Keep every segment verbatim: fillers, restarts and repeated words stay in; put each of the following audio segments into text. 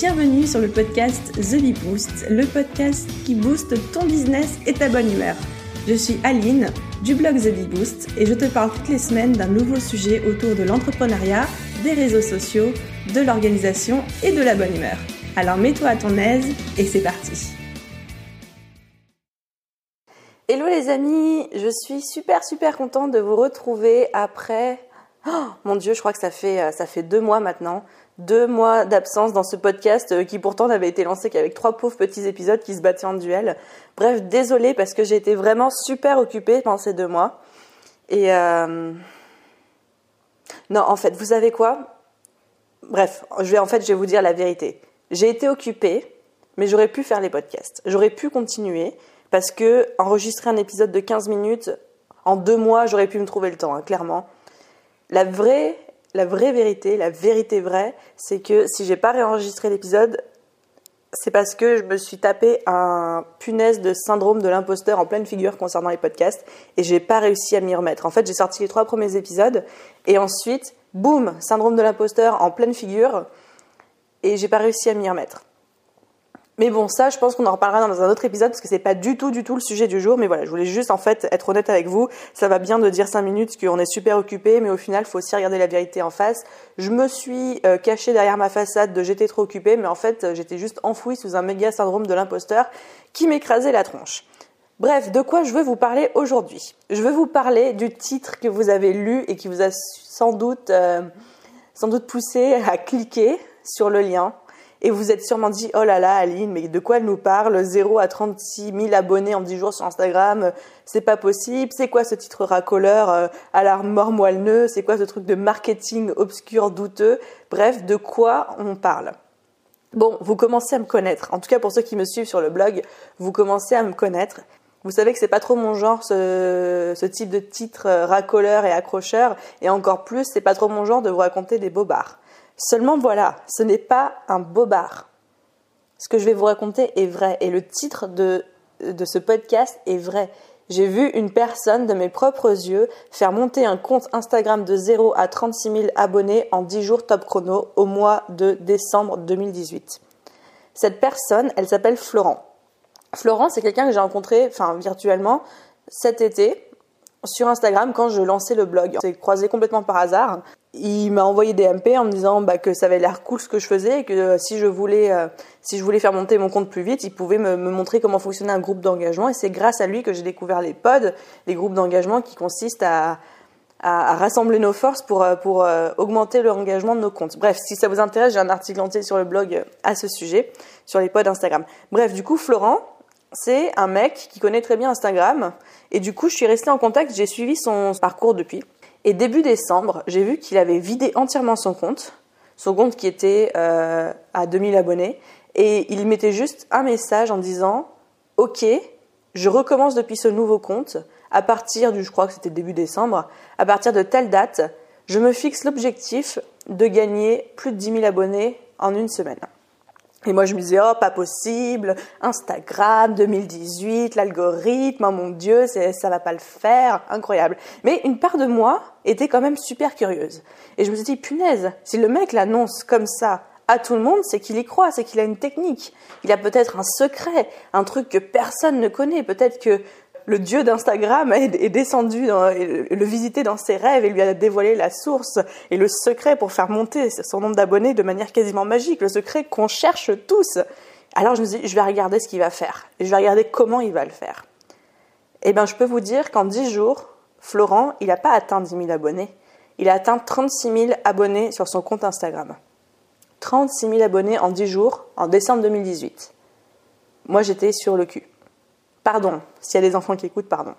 Bienvenue sur le podcast The Bee Boost, le podcast qui booste ton business et ta bonne humeur. Je suis Aline du blog The Bee Boost et je te parle toutes les semaines d'un nouveau sujet autour de l'entrepreneuriat, des réseaux sociaux, de l'organisation et de la bonne humeur. Alors mets-toi à ton aise et c'est parti. Hello les amis, je suis super super contente de vous retrouver après... Oh, mon Dieu, je crois que ça fait, ça fait deux mois maintenant. Deux mois d'absence dans ce podcast qui pourtant n'avait été lancé qu'avec trois pauvres petits épisodes qui se battaient en duel. Bref, désolée parce que j'ai été vraiment super occupée pendant ces deux mois. Et euh... non, en fait, vous savez quoi ? Bref, je vais en fait, je vais vous dire la vérité. J'ai été occupée, mais j'aurais pu faire les podcasts. J'aurais pu continuer parce que enregistrer un épisode de quinze minutes en deux mois, j'aurais pu me trouver le temps, hein, clairement. La vraie, la vraie vérité, la vérité vraie, c'est que si j'ai pas réenregistré l'épisode, c'est parce que je me suis tapé un punaise de syndrome de l'imposteur en pleine figure concernant les podcasts et j'ai pas réussi à m'y remettre. En fait, j'ai sorti les trois premiers épisodes et ensuite, boum, syndrome de l'imposteur en pleine figure et j'ai pas réussi à m'y remettre. Mais bon, ça, je pense qu'on en reparlera dans un autre épisode parce que c'est pas du tout, du tout le sujet du jour. Mais voilà, je voulais juste en fait être honnête avec vous. Ça va bien de dire cinq minutes qu'on est super occupé, mais au final, il faut aussi regarder la vérité en face. Je me suis euh, cachée derrière ma façade de j'étais trop occupée, mais en fait, j'étais juste enfouie sous un méga syndrome de l'imposteur qui m'écrasait la tronche. Bref, de quoi je veux vous parler aujourd'hui ? Je veux vous parler du titre que vous avez lu et qui vous a sans doute, euh, sans doute poussé à cliquer sur le lien. Et vous êtes sûrement dit, oh là là, Aline, mais de quoi elle nous parle ? zéro à trente-six mille abonnés en dix jours sur Instagram, c'est pas possible. C'est quoi ce titre racoleur euh, à la mort moelle-neu ? C'est quoi ce truc de marketing obscur, douteux ? Bref, de quoi on parle ? Bon, vous commencez à me connaître. En tout cas, pour ceux qui me suivent sur le blog, vous commencez à me connaître. Vous savez que c'est pas trop mon genre, ce, ce type de titre racoleur et accrocheur. Et encore plus, c'est pas trop mon genre de vous raconter des bobards. Seulement voilà, ce n'est pas un bobard. Ce que je vais vous raconter est vrai et le titre de, de ce podcast est vrai. J'ai vu une personne de mes propres yeux faire monter un compte Instagram de zéro à trente-six mille abonnés en dix jours top chrono au mois de décembre deux mille dix-huit. Cette personne, elle s'appelle Florent. Florent, c'est quelqu'un que j'ai rencontré enfin, virtuellement cet été sur Instagram quand je lançais le blog. On s'est croisé complètement par hasard. Il m'a envoyé des M P en me disant bah, que ça avait l'air cool ce que je faisais et que euh, si je voulais euh, si je voulais faire monter mon compte plus vite, il pouvait me, me montrer comment fonctionnait un groupe d'engagement. Et c'est grâce à lui que j'ai découvert les pods, les groupes d'engagement qui consistent à, à, à rassembler nos forces pour, pour euh, augmenter l'engagement de nos comptes. Bref, si ça vous intéresse, j'ai un article entier sur le blog à ce sujet, sur les pods Instagram. Bref, du coup, Florent, c'est un mec qui connaît très bien Instagram et du coup, je suis restée en contact, j'ai suivi son parcours depuis. Et début décembre, j'ai vu qu'il avait vidé entièrement son compte, son compte qui était euh, à deux mille abonnés, et il mettait juste un message en disant « Ok, je recommence depuis ce nouveau compte, à partir du, je crois que c'était début décembre, à partir de telle date, je me fixe l'objectif de gagner plus de dix mille abonnés en une semaine. » Et moi, je me disais, oh, pas possible, Instagram, deux mille dix-huit, l'algorithme, oh mon Dieu, c'est, ça va pas le faire, incroyable. Mais une part de moi était quand même super curieuse. Et je me suis dit, punaise, si le mec l'annonce comme ça à tout le monde, c'est qu'il y croit, c'est qu'il a une technique. Il a peut-être un secret, un truc que personne ne connaît. Peut-être que le dieu d'Instagram est descendu, dans, le visitait dans ses rêves et lui a dévoilé la source et le secret pour faire monter son nombre d'abonnés de manière quasiment magique, le secret qu'on cherche tous. Alors je me dis, je vais regarder ce qu'il va faire et je vais regarder comment il va le faire. Eh bien, je peux vous dire qu'en dix jours, Florent, il n'a pas atteint dix mille abonnés. Il a atteint trente-six mille abonnés sur son compte Instagram. trente-six mille abonnés en dix jours, en décembre deux mille dix-huit. Moi, j'étais sur le cul. Pardon, s'il y a des enfants qui écoutent, pardon.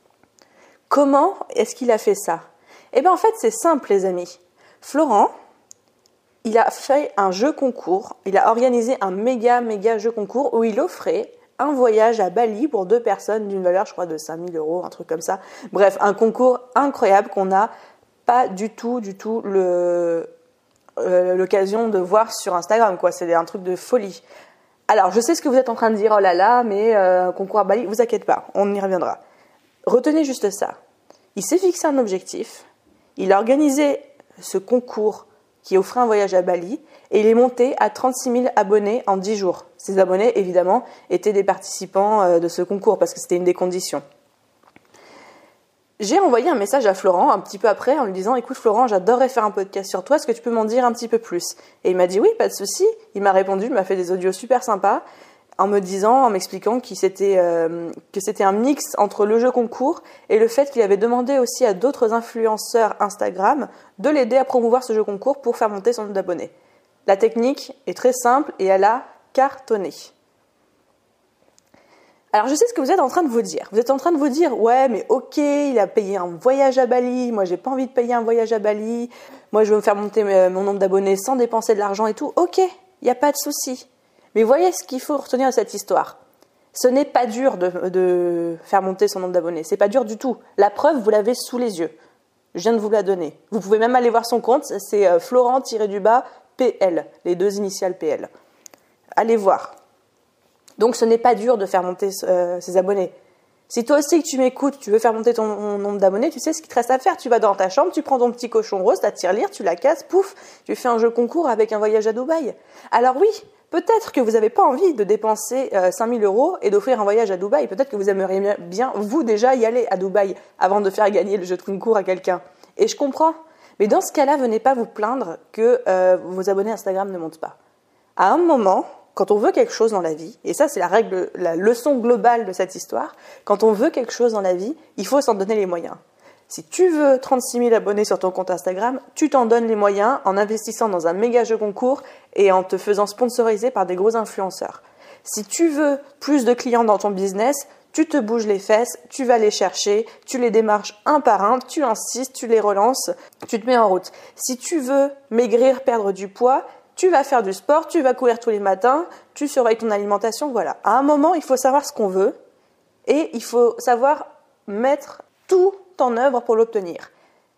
Comment est-ce qu'il a fait ça ? Eh bien, en fait, c'est simple, les amis. Florent, il a fait un jeu concours. Il a organisé un méga, méga jeu concours où il offrait un voyage à Bali pour deux personnes d'une valeur, je crois, de cinq mille euros, un truc comme ça. Bref, un concours incroyable qu'on n'a pas du tout, du tout le, euh, l'occasion de voir sur Instagram, quoi. C'est un truc de folie. Alors, je sais ce que vous êtes en train de dire, oh là là, mais euh, concours à Bali, vous inquiétez pas, on y reviendra. Retenez juste ça. Il s'est fixé un objectif, il a organisé ce concours qui offrait un voyage à Bali et il est monté à trente-six mille abonnés en dix jours. Ces abonnés, évidemment, étaient des participants de ce concours parce que c'était une des conditions. J'ai envoyé un message à Florent un petit peu après en lui disant « Écoute Florent, j'adorerais faire un podcast sur toi, est-ce que tu peux m'en dire un petit peu plus ?» Et il m'a dit « Oui, pas de souci ». Il m'a répondu, il m'a fait des audios super sympas en me disant, en m'expliquant qu'il c'était, euh, que c'était un mix entre le jeu concours et le fait qu'il avait demandé aussi à d'autres influenceurs Instagram de l'aider à promouvoir ce jeu concours pour faire monter son nombre d'abonnés. La technique est très simple et elle a cartonné. Alors je sais ce que vous êtes en train de vous dire. Vous êtes en train de vous dire « Ouais, mais ok, il a payé un voyage à Bali. Moi, j'ai pas envie de payer un voyage à Bali. Moi, je veux me faire monter mon nombre d'abonnés sans dépenser de l'argent et tout. » Ok, il n'y a pas de souci. Mais voyez ce qu'il faut retenir de cette histoire. Ce n'est pas dur de, de faire monter son nombre d'abonnés. C'est pas dur du tout. La preuve, vous l'avez sous les yeux. Je viens de vous la donner. Vous pouvez même aller voir son compte. C'est Florent-du-bas P L, les deux initiales P L. Allez voir. Donc ce n'est pas dur de faire monter euh, ses abonnés. Si toi aussi que tu m'écoutes, tu veux faire monter ton nombre d'abonnés, tu sais ce qu'il te reste à faire. Tu vas dans ta chambre, tu prends ton petit cochon rose, ta tirelire, tu la casses, pouf, tu fais un jeu concours avec un voyage à Dubaï. Alors oui, peut-être que vous n'avez pas envie de dépenser euh, cinq mille euros et d'offrir un voyage à Dubaï. Peut-être que vous aimeriez bien, vous déjà, y aller à Dubaï avant de faire gagner le jeu de concours à quelqu'un. Et je comprends. Mais dans ce cas-là, venez pas vous plaindre que euh, vos abonnés Instagram ne montent pas. À un moment, quand on veut quelque chose dans la vie, et ça c'est la règle, la leçon globale de cette histoire, quand on veut quelque chose dans la vie, il faut s'en donner les moyens. Si tu veux trente-six mille abonnés sur ton compte Instagram, tu t'en donnes les moyens en investissant dans un méga jeu concours et en te faisant sponsoriser par des gros influenceurs. Si tu veux plus de clients dans ton business, tu te bouges les fesses, tu vas les chercher, tu les démarches un par un, tu insistes, tu les relances, tu te mets en route. Si tu veux maigrir, perdre du poids, tu vas faire du sport, tu vas courir tous les matins, tu surveilles ton alimentation, voilà. À un moment, il faut savoir ce qu'on veut et il faut savoir mettre tout en œuvre pour l'obtenir.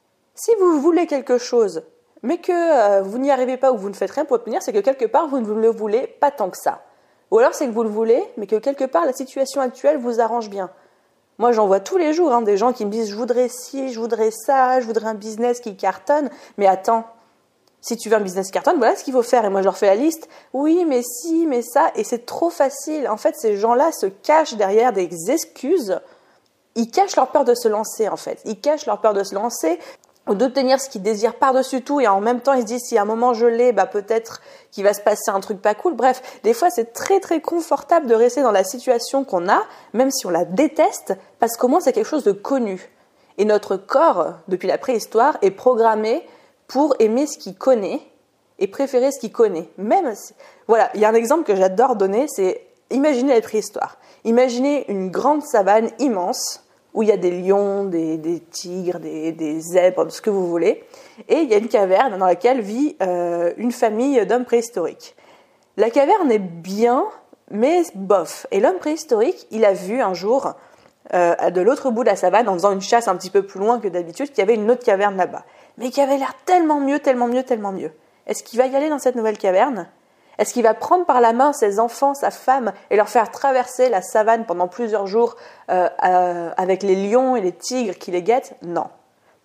Si vous voulez quelque chose, mais que euh, vous n'y arrivez pas ou vous ne faites rien pour l'obtenir, c'est que quelque part, vous ne le voulez pas tant que ça. Ou alors, c'est que vous le voulez, mais que quelque part, la situation actuelle vous arrange bien. Moi, j'en vois tous les jours hein, des gens qui me disent « je voudrais ci, je voudrais ça, je voudrais un business qui cartonne ». Mais attends, si tu veux un business qui cartonne, voilà ce qu'il faut faire. Et moi, je leur fais la liste. Oui, mais si, mais ça. Et c'est trop facile. En fait, ces gens-là se cachent derrière des excuses. Ils cachent leur peur de se lancer, en fait. Ils cachent leur peur de se lancer ou d'obtenir ce qu'ils désirent par-dessus tout. Et en même temps, ils se disent, si à un moment je l'ai, bah, peut-être qu'il va se passer un truc pas cool. Bref, des fois, c'est très, très confortable de rester dans la situation qu'on a, même si on la déteste, parce qu'au moins, c'est quelque chose de connu. Et notre corps, depuis la préhistoire, est programmé pour aimer ce qu'il connaît et préférer ce qu'il connaît. Même si... Voilà, il y a un exemple que j'adore donner, c'est imaginez la préhistoire. Imaginez une grande savane immense où il y a des lions, des, des tigres, des, des zèbres, ce que vous voulez. Et il y a une caverne dans laquelle vit euh, une famille d'hommes préhistoriques. La caverne est bien, mais bof. Et l'homme préhistorique, il a vu un jour, euh, de l'autre bout de la savane, en faisant une chasse un petit peu plus loin que d'habitude, qu'il y avait une autre caverne là-bas. Mais qui avait l'air tellement mieux, tellement mieux, tellement mieux. Est-ce qu'il va y aller dans cette nouvelle caverne ? Est-ce qu'il va prendre par la main ses enfants, sa femme, et leur faire traverser la savane pendant plusieurs jours euh, euh, avec les lions et les tigres qui les guettent ? Non. Pourquoi ?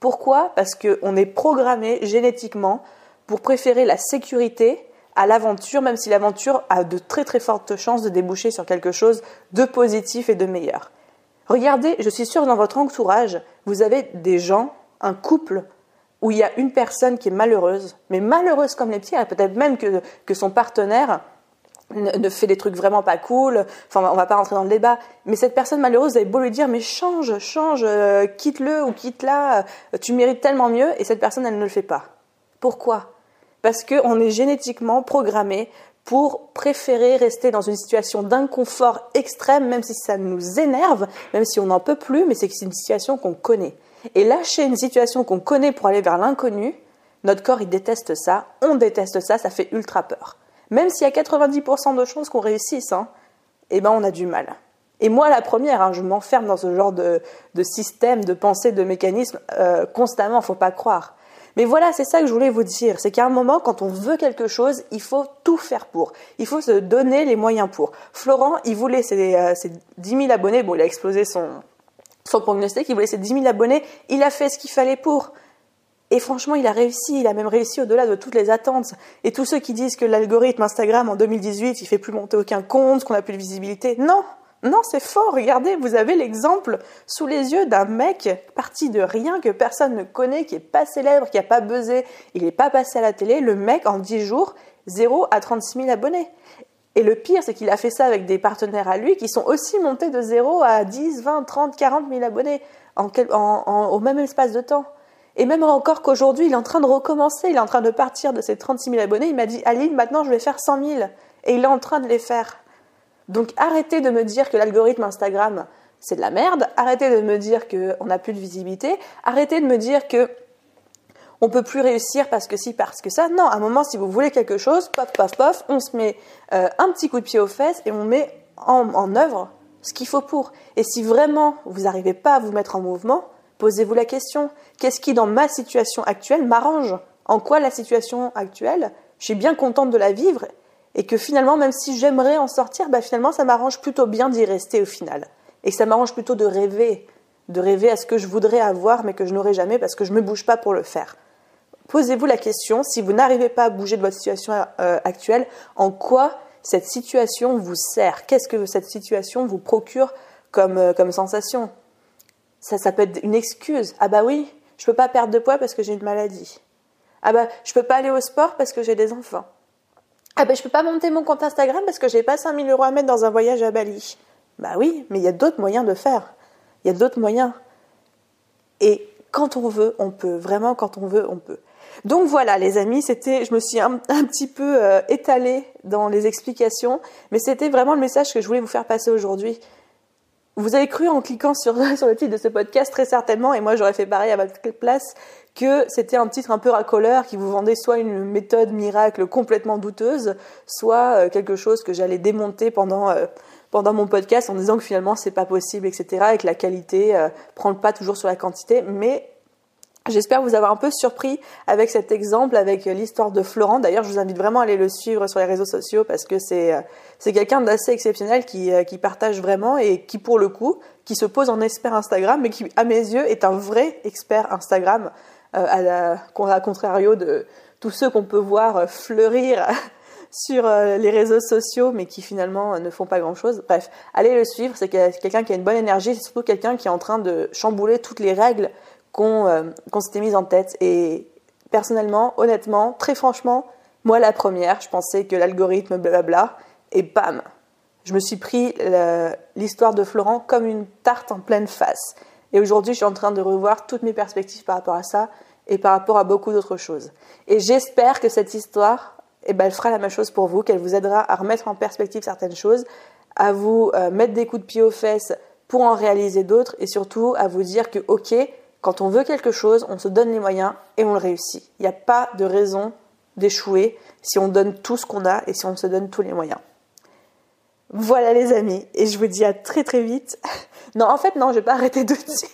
Parce qu'on est programmé génétiquement pour préférer la sécurité à l'aventure, même si l'aventure a de très très fortes chances de déboucher sur quelque chose de positif et de meilleur. Regardez, je suis sûre que dans votre entourage, vous avez des gens, un couple, où il y a une personne qui est malheureuse, mais malheureuse comme les pierres, et peut-être même que, que son partenaire ne, ne fait des trucs vraiment pas cool, enfin on va pas rentrer dans le débat, mais cette personne malheureuse, vous avez beau lui dire mais change, change, euh, quitte-le ou quitte-la, euh, tu mérites tellement mieux, et cette personne elle ne le fait pas. Pourquoi ? Parce qu'on est génétiquement programmé pour préférer rester dans une situation d'inconfort extrême, même si ça nous énerve, même si on n'en peut plus, mais c'est que c'est une situation qu'on connaît. Et lâcher une situation qu'on connaît pour aller vers l'inconnu, notre corps, il déteste ça, on déteste ça, ça fait ultra peur. Même s'il y a quatre-vingt-dix pour cent de chances qu'on réussisse, hein, eh ben on a du mal. Et moi, la première, hein, je m'enferme dans ce genre de, de système, de pensée, de mécanisme euh, constamment, faut pas croire. Mais voilà, c'est ça que je voulais vous dire, c'est qu'à un moment, quand on veut quelque chose, il faut tout faire pour. Il faut se donner les moyens pour. Florent, il voulait ses, euh, ses dix mille abonnés, bon, il a explosé son... son prognostic, il voulait ses dix mille abonnés, il a fait ce qu'il fallait pour. Et franchement, il a réussi, il a même réussi au-delà de toutes les attentes. Et tous ceux qui disent que l'algorithme Instagram en deux mille dix-huit, il fait plus monter aucun compte, qu'on n'a plus de visibilité, non, non, c'est faux. Regardez, vous avez l'exemple sous les yeux d'un mec parti de rien, que personne ne connaît, qui est pas célèbre, qui a pas buzzé, il n'est pas passé à la télé. Le mec, en dix jours, zéro à trente-six mille abonnés. Et le pire, c'est qu'il a fait ça avec des partenaires à lui qui sont aussi montés de zéro à dix, vingt, trente, quarante mille abonnés en quel, en, en, au même espace de temps. Et même encore qu'aujourd'hui, il est en train de recommencer, il est en train de partir de ses trente-six mille abonnés. Il m'a dit, Aline, maintenant je vais faire cent mille. Et il est en train de les faire. Donc arrêtez de me dire que l'algorithme Instagram, c'est de la merde. Arrêtez de me dire qu'on n'a plus de visibilité. Arrêtez de me dire que on peut plus réussir parce que si, parce que ça. Non, à un moment, si vous voulez quelque chose, pof, pof, pof, on se met euh, un petit coup de pied aux fesses et on met en, en œuvre ce qu'il faut pour. Et si vraiment vous n'arrivez pas à vous mettre en mouvement, posez-vous la question, qu'est-ce qui dans ma situation actuelle m'arrange ? En quoi la situation actuelle, je suis bien contente de la vivre et que finalement, même si j'aimerais en sortir, bah finalement ça m'arrange plutôt bien d'y rester au final. Et que ça m'arrange plutôt de rêver, de rêver à ce que je voudrais avoir mais que je n'aurai jamais parce que je ne me bouge pas pour le faire. Posez-vous la question, si vous n'arrivez pas à bouger de votre situation euh, actuelle, en quoi cette situation vous sert ? Qu'est-ce que cette situation vous procure comme, euh, comme sensation ? Ça, ça peut être une excuse. Ah bah oui, je peux pas perdre de poids parce que j'ai une maladie. Ah bah, je peux pas aller au sport parce que j'ai des enfants. Ah bah, je peux pas monter mon compte Instagram parce que j'ai pas cinq mille euros à mettre dans un voyage à Bali. Bah oui, mais il y a d'autres moyens de faire. Il y a d'autres moyens. Et quand on veut, on peut. Vraiment, quand on veut, on peut. Donc voilà les amis, c'était, je me suis un, un petit peu euh, étalée dans les explications, mais c'était vraiment le message que je voulais vous faire passer aujourd'hui. Vous avez cru en cliquant sur, sur le titre de ce podcast très certainement, et moi j'aurais fait pareil à votre place, que c'était un titre un peu racoleur qui vous vendait soit une méthode miracle complètement douteuse, soit euh, quelque chose que j'allais démonter pendant, euh, pendant mon podcast en disant que finalement c'est pas possible, et cetera, et que la qualité euh, prend le pas toujours sur la quantité, mais j'espère vous avoir un peu surpris avec cet exemple, avec l'histoire de Florent. D'ailleurs, je vous invite vraiment à aller le suivre sur les réseaux sociaux parce que c'est c'est quelqu'un d'assez exceptionnel qui qui partage vraiment et qui, pour le coup, qui se pose en expert Instagram, mais qui, à mes yeux, est un vrai expert Instagram, euh, à la, à contrario de tous ceux qu'on peut voir fleurir sur les réseaux sociaux, mais qui finalement ne font pas grand-chose. Bref, allez le suivre. C'est quelqu'un qui a une bonne énergie, c'est surtout quelqu'un qui est en train de chambouler toutes les règles qu'on, euh, qu'on s'était mise en tête. Et personnellement, honnêtement, très franchement, moi la première, je pensais que l'algorithme blabla, et bam, je me suis pris le, l'histoire de Florent comme une tarte en pleine face. Et aujourd'hui, je suis en train de revoir toutes mes perspectives par rapport à ça et par rapport à beaucoup d'autres choses. Et j'espère que cette histoire, eh ben, elle fera la même chose pour vous, qu'elle vous aidera à remettre en perspective certaines choses, à vous euh, mettre des coups de pied aux fesses pour en réaliser d'autres, et surtout à vous dire que, ok, quand on veut quelque chose, on se donne les moyens et on le réussit. Il n'y a pas de raison d'échouer si on donne tout ce qu'on a et si on se donne tous les moyens. Voilà les amis, et je vous dis à très très vite. Non, en fait, non, je vais pas arrêter de dire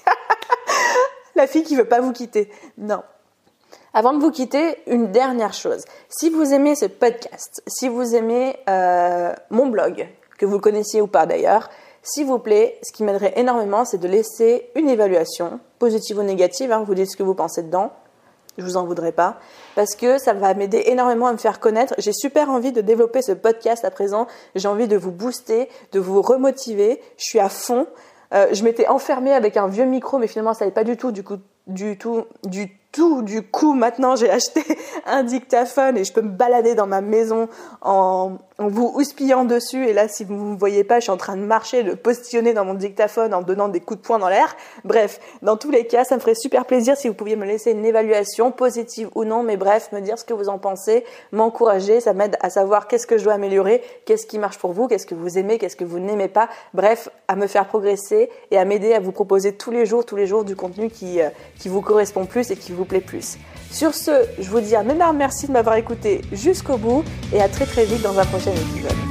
la fille qui veut pas vous quitter. Non. Avant de vous quitter, une dernière chose. Si vous aimez ce podcast, si vous aimez euh, mon blog, que vous le connaissiez ou pas d'ailleurs, s'il vous plaît, ce qui m'aiderait énormément, c'est de laisser une évaluation, positive ou négative, hein, vous dites ce que vous pensez dedans, je vous en voudrais pas, parce que ça va m'aider énormément à me faire connaître. J'ai super envie de développer ce podcast à présent, j'ai envie de vous booster, de vous remotiver, je suis à fond. Euh, je m'étais enfermée avec un vieux micro, mais finalement ça n'allait pas du tout, du coup, du tout, du tout, du coup maintenant j'ai acheté un dictaphone et je peux me balader dans ma maison en, en vous houspillant dessus. Et là, si vous ne me voyez pas, je suis en train de marcher, de postillonner dans mon dictaphone en donnant des coups de poing dans l'air. Bref, dans tous les cas, ça me ferait super plaisir si vous pouviez me laisser une évaluation, positive ou non, mais bref, me dire ce que vous en pensez, m'encourager, ça m'aide à savoir qu'est-ce que je dois améliorer, qu'est-ce qui marche pour vous, qu'est-ce que vous aimez, qu'est-ce que vous n'aimez pas, bref, à me faire progresser et à m'aider à vous proposer tous les jours, tous les jours du contenu qui, euh, qui vous correspond plus et qui vous plaît plus. Sur ce, je vous dis un énorme merci de m'avoir écouté jusqu'au bout et à très très vite dans un prochain épisode.